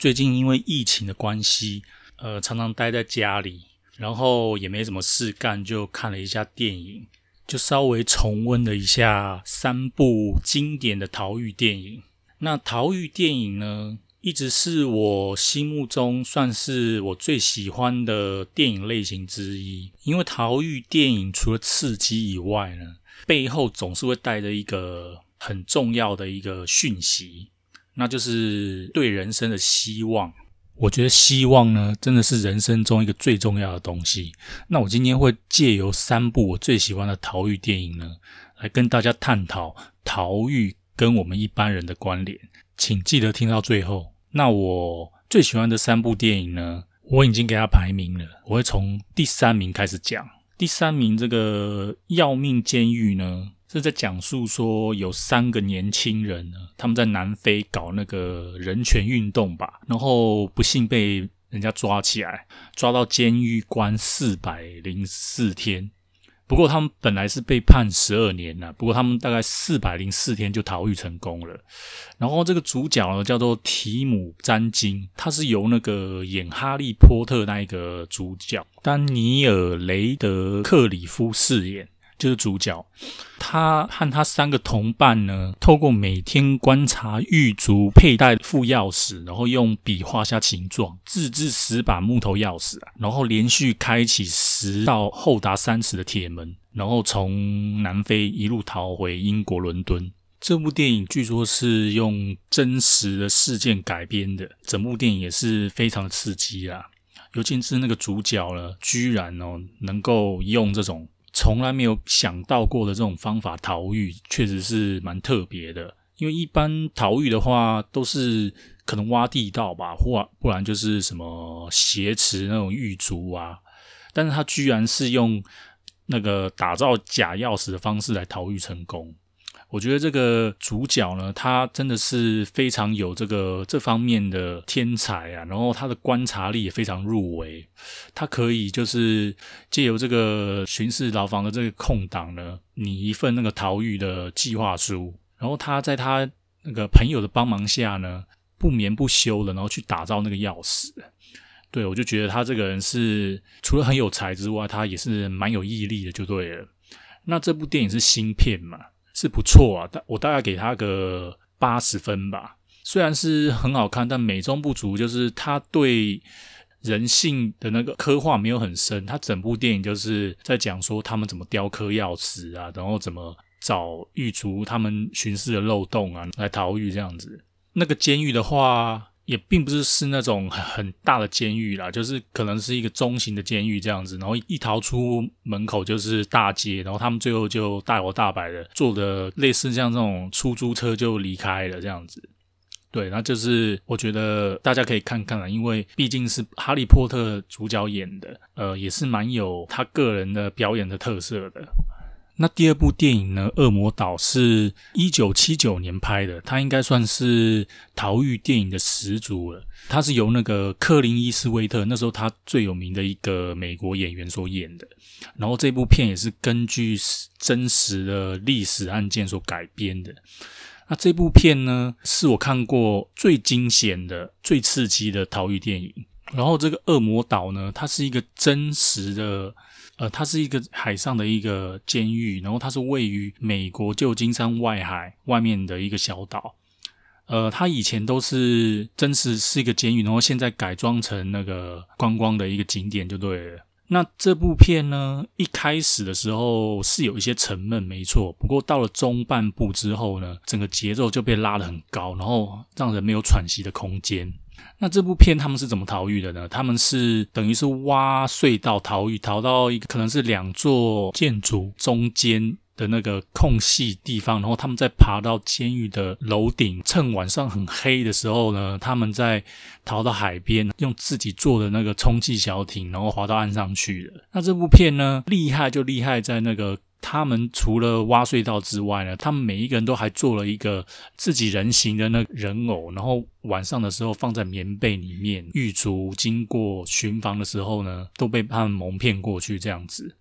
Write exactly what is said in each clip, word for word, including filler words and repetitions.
最近因为疫情的关系，呃，常常待在家里，然后也没什么事干，就看了一下电影，就稍微重温了一下三部经典的逃狱电影。那逃狱电影呢，一直是我心目中算是我最喜欢的电影类型之一。因为逃狱电影除了刺激以外呢，背后总是会带着一个很重要的一个讯息，那就是对人生的希望。我觉得希望呢，真的是人生中一个最重要的东西。那我今天会借由三部我最喜欢的逃狱电影呢，来跟大家探讨逃狱跟我们一般人的关联，请记得听到最后。那我最喜欢的三部电影呢，我已经给它排名了，我会从第三名开始讲。第三名这个要命监狱呢，是在讲述说有三个年轻人呢，他们在南非搞那个人权运动吧，然后不幸被人家抓起来，抓到监狱关四百零四天。不过他们本来是被判十二年啦，不过他们大概四百零四天就逃狱成功了。然后这个主角呢叫做提姆詹金，他是由那个演哈利波特那一个主角丹尼尔雷德克里夫饰演，就是主角。他和他三个同伴呢，透过每天观察狱卒佩戴副钥匙，然后用笔画下形状，自制十把木头钥匙啊，然后连续开启十道厚达三尺的铁门，然后从南非一路逃回英国伦敦。这部电影据说是用真实的事件改编的，整部电影也是非常的刺激啊，尤其是那个主角呢，居然哦能够用这种从来没有想到过的这种方法逃狱，确实是蛮特别的。因为一般逃狱的话都是可能挖地道吧，或不然就是什么挟持那种狱卒啊，但是他居然是用那个打造假钥匙的方式来逃狱成功。我觉得这个主角呢，他真的是非常有这个这方面的天才啊，然后他的观察力也非常入微，他可以就是借由这个巡视牢房的这个空档呢，拟一份那个逃狱的计划书，然后他在他那个朋友的帮忙下呢，不眠不休的然后去打造那个钥匙。对，我就觉得他这个人是除了很有才之外，他也是蛮有毅力的就对了。那这部电影是新片嘛，是不错啊，我大概给他个八十分吧。虽然是很好看，但美中不足就是他对人性的那个刻画没有很深，他整部电影就是在讲说他们怎么雕刻钥匙啊，然后怎么找狱卒他们巡视的漏洞啊来逃狱这样子。那个监狱的话也并不是是那种很大的监狱啦，就是可能是一个中型的监狱这样子，然后一逃出门口就是大街，然后他们最后就大摇大摆的坐的类似像这种出租车就离开了这样子。对，那就是我觉得大家可以看看啦，因为毕竟是哈利波特主角演的，呃，也是蛮有他个人的表演的特色的。那第二部电影呢，恶魔岛是一九七九年拍的，它应该算是逃狱电影的始祖了。它是由那个克林伊斯威特，那时候他最有名的一个美国演员所演的。然后这部片也是根据真实的历史案件所改编的。那这部片呢，是我看过最惊险的、最刺激的逃狱电影。然后这个恶魔岛呢，它是一个真实的呃，它是一个海上的一个监狱，然后它是位于美国旧金山外海外面的一个小岛。呃，它以前都是真实是一个监狱，然后现在改装成那个观光的一个景点就对了。那这部片呢，一开始的时候是有一些沉闷没错，不过到了中半部之后呢，整个节奏就被拉得很高，然后让人没有喘息的空间。那这部片他们是怎么逃狱的呢？他们是等于是挖隧道逃狱，逃到一个可能是两座建筑中间的那个空隙地方，然后他们再爬到监狱的楼顶，趁晚上很黑的时候呢，他们再逃到海边，用自己做的那个充气小艇，然后滑到岸上去的。那这部片呢，厉害就厉害在那个他们除了挖隧道之外呢，他们每一个人都还做了一个自己人形的那个人偶，然后晚上的时候放在棉被里面，狱卒经过巡防的时候呢，都被他们蒙骗过去这样子。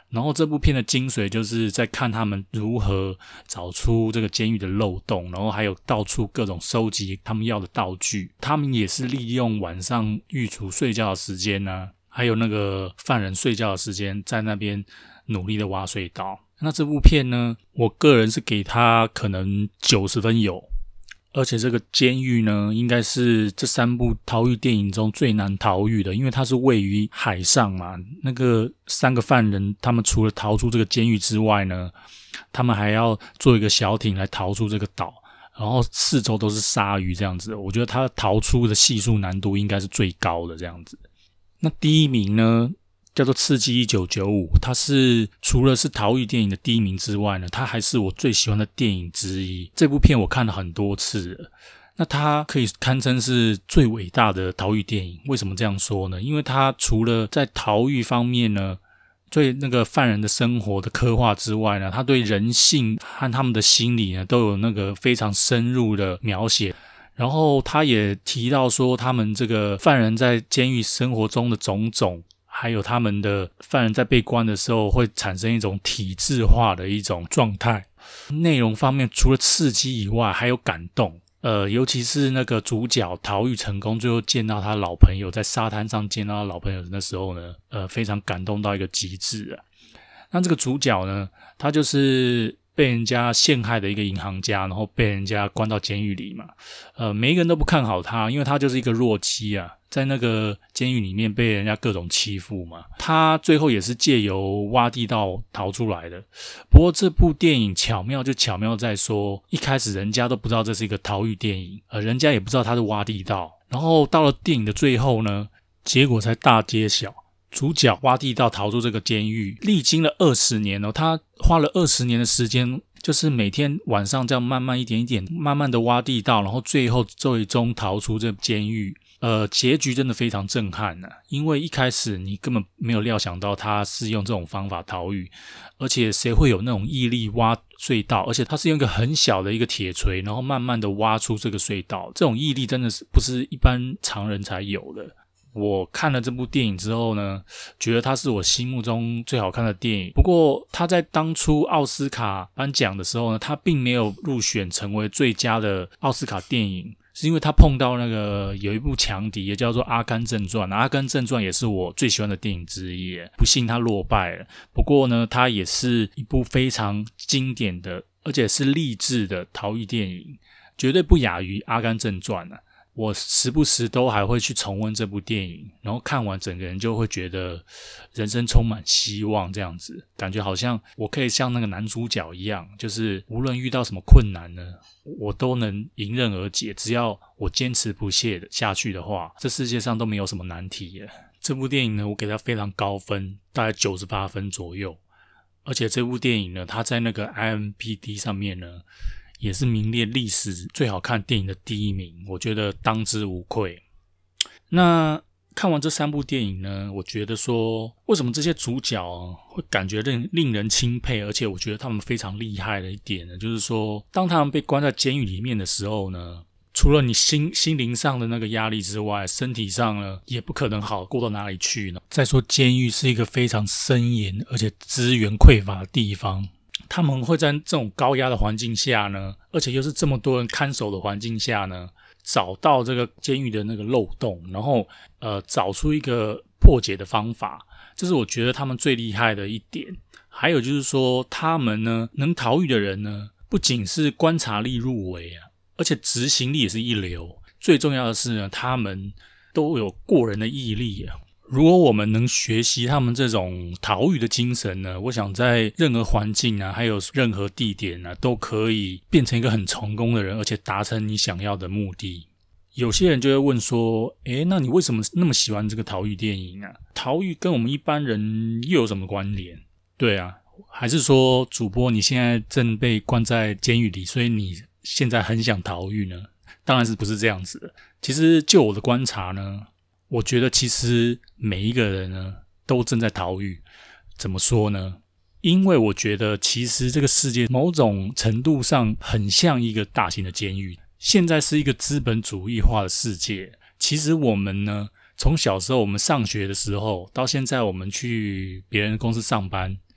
然后这部片的精髓就是在看他们如何找出这个监狱的漏洞，然后还有到处各种收集他们要的道具。他们也是利用晚上狱卒睡觉的时间啊，还有那个犯人睡觉的时间，在那边努力的挖隧道。那这部片呢，我个人是给他可能九十分有。而且这个监狱呢，应该是这三部逃狱电影中最难逃狱的，因为它是位于海上嘛。那个三个犯人，他们除了逃出这个监狱之外呢，他们还要坐一个小艇来逃出这个岛，然后四周都是鲨鱼这样子。我觉得他逃出的系数难度应该是最高的这样子。那第一名呢，叫做刺激一九九五，它是除了是逃狱电影的第一名之外呢，它还是我最喜欢的电影之一。这部片我看了很多次了，那它可以堪称是最伟大的逃狱电影。为什么这样说呢？因为它除了在逃狱方面呢，对那个犯人的生活的刻画之外呢，它对人性和他们的心理呢，都有那个非常深入的描写。然后他也提到说，他们这个犯人在监狱生活中的种种，还有他们的犯人在被关的时候会产生一种体制化的一种状态。内容方面除了刺激以外还有感动，呃，尤其是那个主角逃狱成功，最后见到他老朋友，在沙滩上见到他老朋友的时候呢，呃，非常感动到一个极致啊。那这个主角呢，他就是被人家陷害的一个银行家，然后被人家关到监狱里嘛。呃，每一个人都不看好他，因为他就是一个弱鸡啊，在那个监狱里面被人家各种欺负嘛。他最后也是借由挖地道逃出来的。不过这部电影巧妙就巧妙在说，一开始人家都不知道这是一个逃狱电影，呃，人家也不知道他是挖地道。然后到了电影的最后呢，结果才大揭晓。主角挖地道逃出这个监狱，历经了二十年哦，他花了二十年的时间，就是每天晚上这样慢慢一点一点慢慢的挖地道，然后最后最终逃出这监狱。呃，结局真的非常震撼啊，因为一开始你根本没有料想到他是用这种方法逃狱，而且谁会有那种毅力挖隧道，而且他是用一个很小的一个铁锤，然后慢慢的挖出这个隧道，这种毅力真的是不是一般常人才有的。我看了这部电影之后呢，觉得它是我心目中最好看的电影。不过它在当初奥斯卡颁奖的时候呢，它并没有入选成为最佳的奥斯卡电影，是因为它碰到那个有一部强敌，也叫做《阿甘正传》。《阿甘正传》也是我最喜欢的电影之一，不幸它落败了。不过呢，它也是一部非常经典的，而且是励志的逃狱电影，绝对不亚于《阿甘正传》啊。我时不时都还会去重温这部电影，然后看完整个人就会觉得人生充满希望，这样子感觉好像我可以像那个男主角一样，就是无论遇到什么困难呢，我都能迎刃而解，只要我坚持不懈的下去的话，这世界上都没有什么难题了。这部电影呢，我给它非常高分，大概九十八分左右，而且这部电影呢，它在那个 I M D B 上面呢也是名列历史最好看电影的第一名，我觉得当之无愧。那看完这三部电影呢，我觉得说为什么这些主角会感觉令令人钦佩，而且我觉得他们非常厉害的一点呢，就是说当他们被关在监狱里面的时候呢，除了你心心灵上的那个压力之外，身体上呢也不可能好过到哪里去呢。再说监狱是一个非常森严而且资源匮乏的地方，他们会在这种高压的环境下呢，而且又是这么多人看守的环境下呢，找到这个监狱的那个漏洞，然后呃找出一个破解的方法，这是我觉得他们最厉害的一点。还有就是说，他们呢能逃狱的人呢，不仅是观察力入围啊，而且执行力也是一流。最重要的是呢，他们都有过人的毅力啊。如果我们能学习他们这种逃狱的精神呢，我想在任何环境啊，还有任何地点啊，都可以变成一个很成功的人，而且达成你想要的目的。有些人就会问说，诶，那你为什么那么喜欢这个逃狱电影啊？逃狱跟我们一般人又有什么关联？对啊，还是说主播你现在正被关在监狱里，所以你现在很想逃狱呢？当然是不是这样子的。其实就我的观察呢，我觉得其实每一个人呢都正在逃狱。怎么说呢？因为我觉得其实这个世界某种程度上很像一个大型的监狱。现在是一个资本主义化的世界。其实我们呢，从小时候我们上学的时候，到现在我们去别人的公司上班，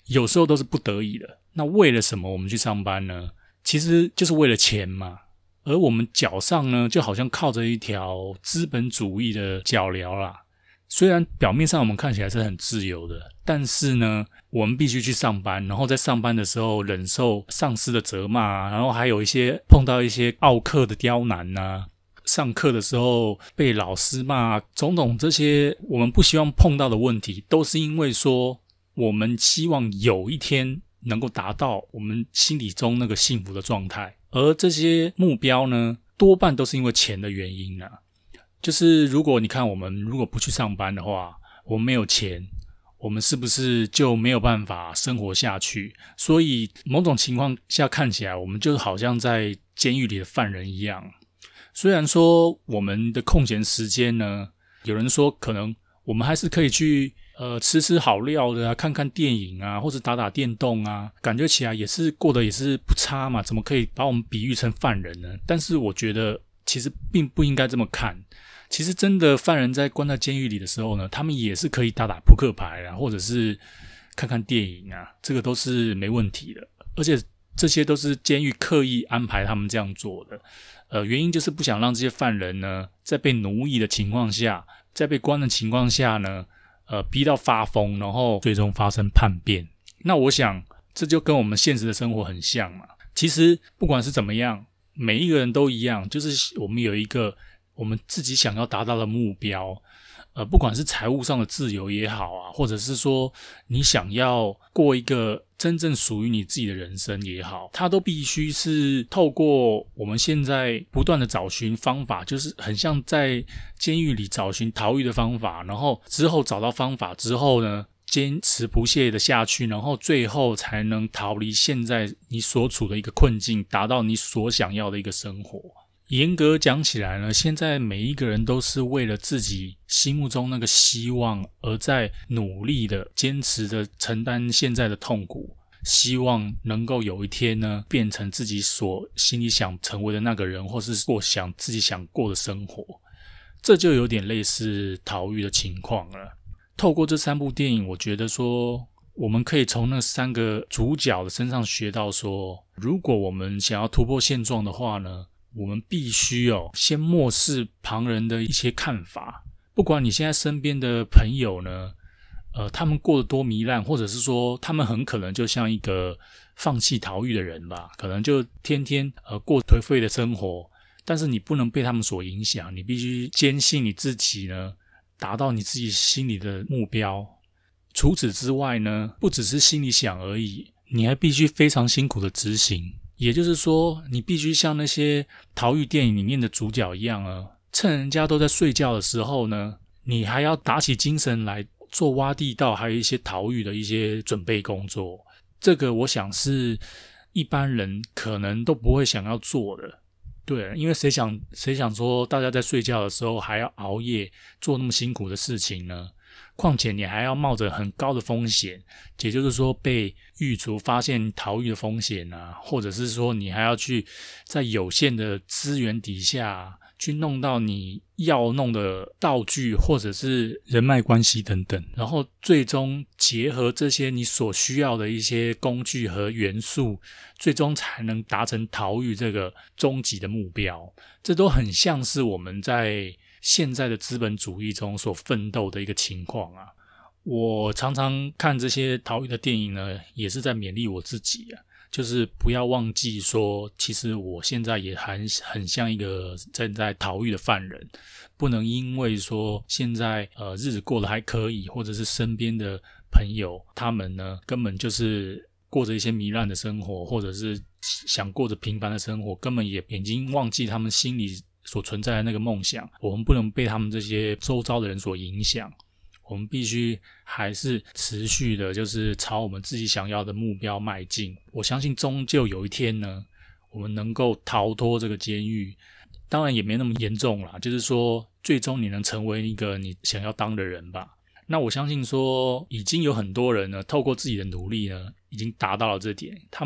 有时候都是不得已的。那为了什么我们去上班呢？其实就是为了钱嘛。而我们脚上呢，就好像靠着一条资本主义的脚镣啦。虽然表面上我们看起来是很自由的，但是呢，我们必须去上班，然后在上班的时候忍受上司的责骂啊，然后还有一些碰到一些奥客的刁难啊，上课的时候被老师骂，种种这些我们不希望碰到的问题，都是因为说我们希望有一天能够达到我们心理中那个幸福的状态，而这些目标呢，多半都是因为钱的原因啊。就是如果你看我们如果不去上班的话，我们没有钱，我们是不是就没有办法生活下去？所以某种情况下看起来，我们就好像在监狱里的犯人一样。虽然说我们的空闲时间呢，有人说可能我们还是可以去呃吃吃好料的啊，看看电影啊，或者打打电动啊，感觉起来也是过得也是不差嘛，怎么可以把我们比喻成犯人呢？但是我觉得其实并不应该这么看。其实真的犯人在关在监狱里的时候呢，他们也是可以打打扑克牌啊，或者是看看电影啊，这个都是没问题的。而且这些都是监狱刻意安排他们这样做的。呃，原因就是不想让这些犯人呢，在被奴役的情况下，在被关的情况下呢，呃，逼到发疯，然后最终发生叛变。那我想，这就跟我们现实的生活很像嘛。其实不管是怎么样，每一个人都一样，就是我们有一个我们自己想要达到的目标，呃，不管是财务上的自由也好啊，或者是说你想要过一个真正属于你自己的人生也好，它都必须是透过我们现在不断的找寻方法，就是很像在监狱里找寻逃狱的方法，然后之后找到方法之后呢，坚持不懈的下去，然后最后才能逃离现在你所处的一个困境，达到你所想要的一个生活。严格讲起来呢，现在每一个人都是为了自己心目中那个希望而在努力的坚持的承担现在的痛苦，希望能够有一天呢变成自己所心里想成为的那个人，或是过想自己想过的生活。这就有点类似逃狱的情况了。透过这三部电影，我觉得说我们可以从那三个主角的身上学到说，如果我们想要突破现状的话呢，我们必须哦，先漠视旁人的一些看法。不管你现在身边的朋友呢，呃，他们过得多糜烂，或者是说他们很可能就像一个放弃逃狱的人吧，可能就天天呃过颓废的生活。但是你不能被他们所影响，你必须坚信你自己呢，达到你自己心里的目标。除此之外呢，不只是心里想而已，你还必须非常辛苦的执行。也就是说，你必须像那些逃狱电影里面的主角一样啊，趁人家都在睡觉的时候呢，你还要打起精神来做挖地道，还有一些逃狱的一些准备工作。这个我想是一般人可能都不会想要做的。对，因为谁想谁想说大家在睡觉的时候还要熬夜做那么辛苦的事情呢？况且你还要冒着很高的风险，也就是说被狱卒发现逃狱的风险啊，或者是说你还要去在有限的资源底下去弄到你要弄的道具或者是人脉关系等等，然后最终结合这些你所需要的一些工具和元素，最终才能达成逃狱这个终极的目标。这都很像是我们在现在的资本主义中所奋斗的一个情况啊。我常常看这些逃狱的电影呢，也是在勉励我自己啊，就是不要忘记说，其实我现在也很很像一个正在逃狱的犯人，不能因为说现在呃日子过得还可以，或者是身边的朋友他们呢根本就是过着一些糜烂的生活，或者是想过着平凡的生活，根本也已经忘记他们心里所存在的那个梦想。我们不能被他们这些周遭的人所影响，我们必须还是持续的就是朝我们自己想要的目标迈进。我相信终究有一天呢，我们能够逃脱这个监狱，当然也没那么严重啦，就是说最终你能成为一个你想要当的人吧。那我相信说已经有很多人呢透过自己的努力呢已经达到了这点，他们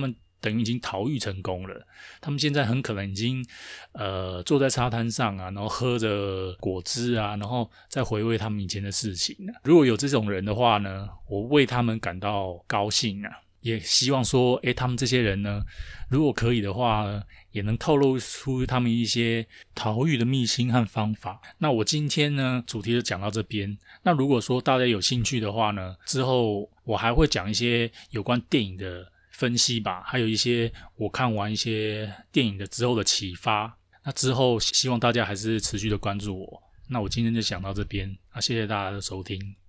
等于已经逃狱成功了。他们现在很可能已经呃坐在沙滩上啊，然后喝着果汁啊，然后再回味他们以前的事情啊。如果有这种人的话呢，我为他们感到高兴啊，也希望说诶他们这些人呢，如果可以的话呢，也能透露出他们一些逃狱的秘辛和方法。那我今天呢主题就讲到这边，那如果说大家有兴趣的话呢，之后我还会讲一些有关电影的分析吧，还有一些我看完一些电影的之后的启发。那之后希望大家还是持续的关注我。那我今天就讲到这边，那谢谢大家的收听。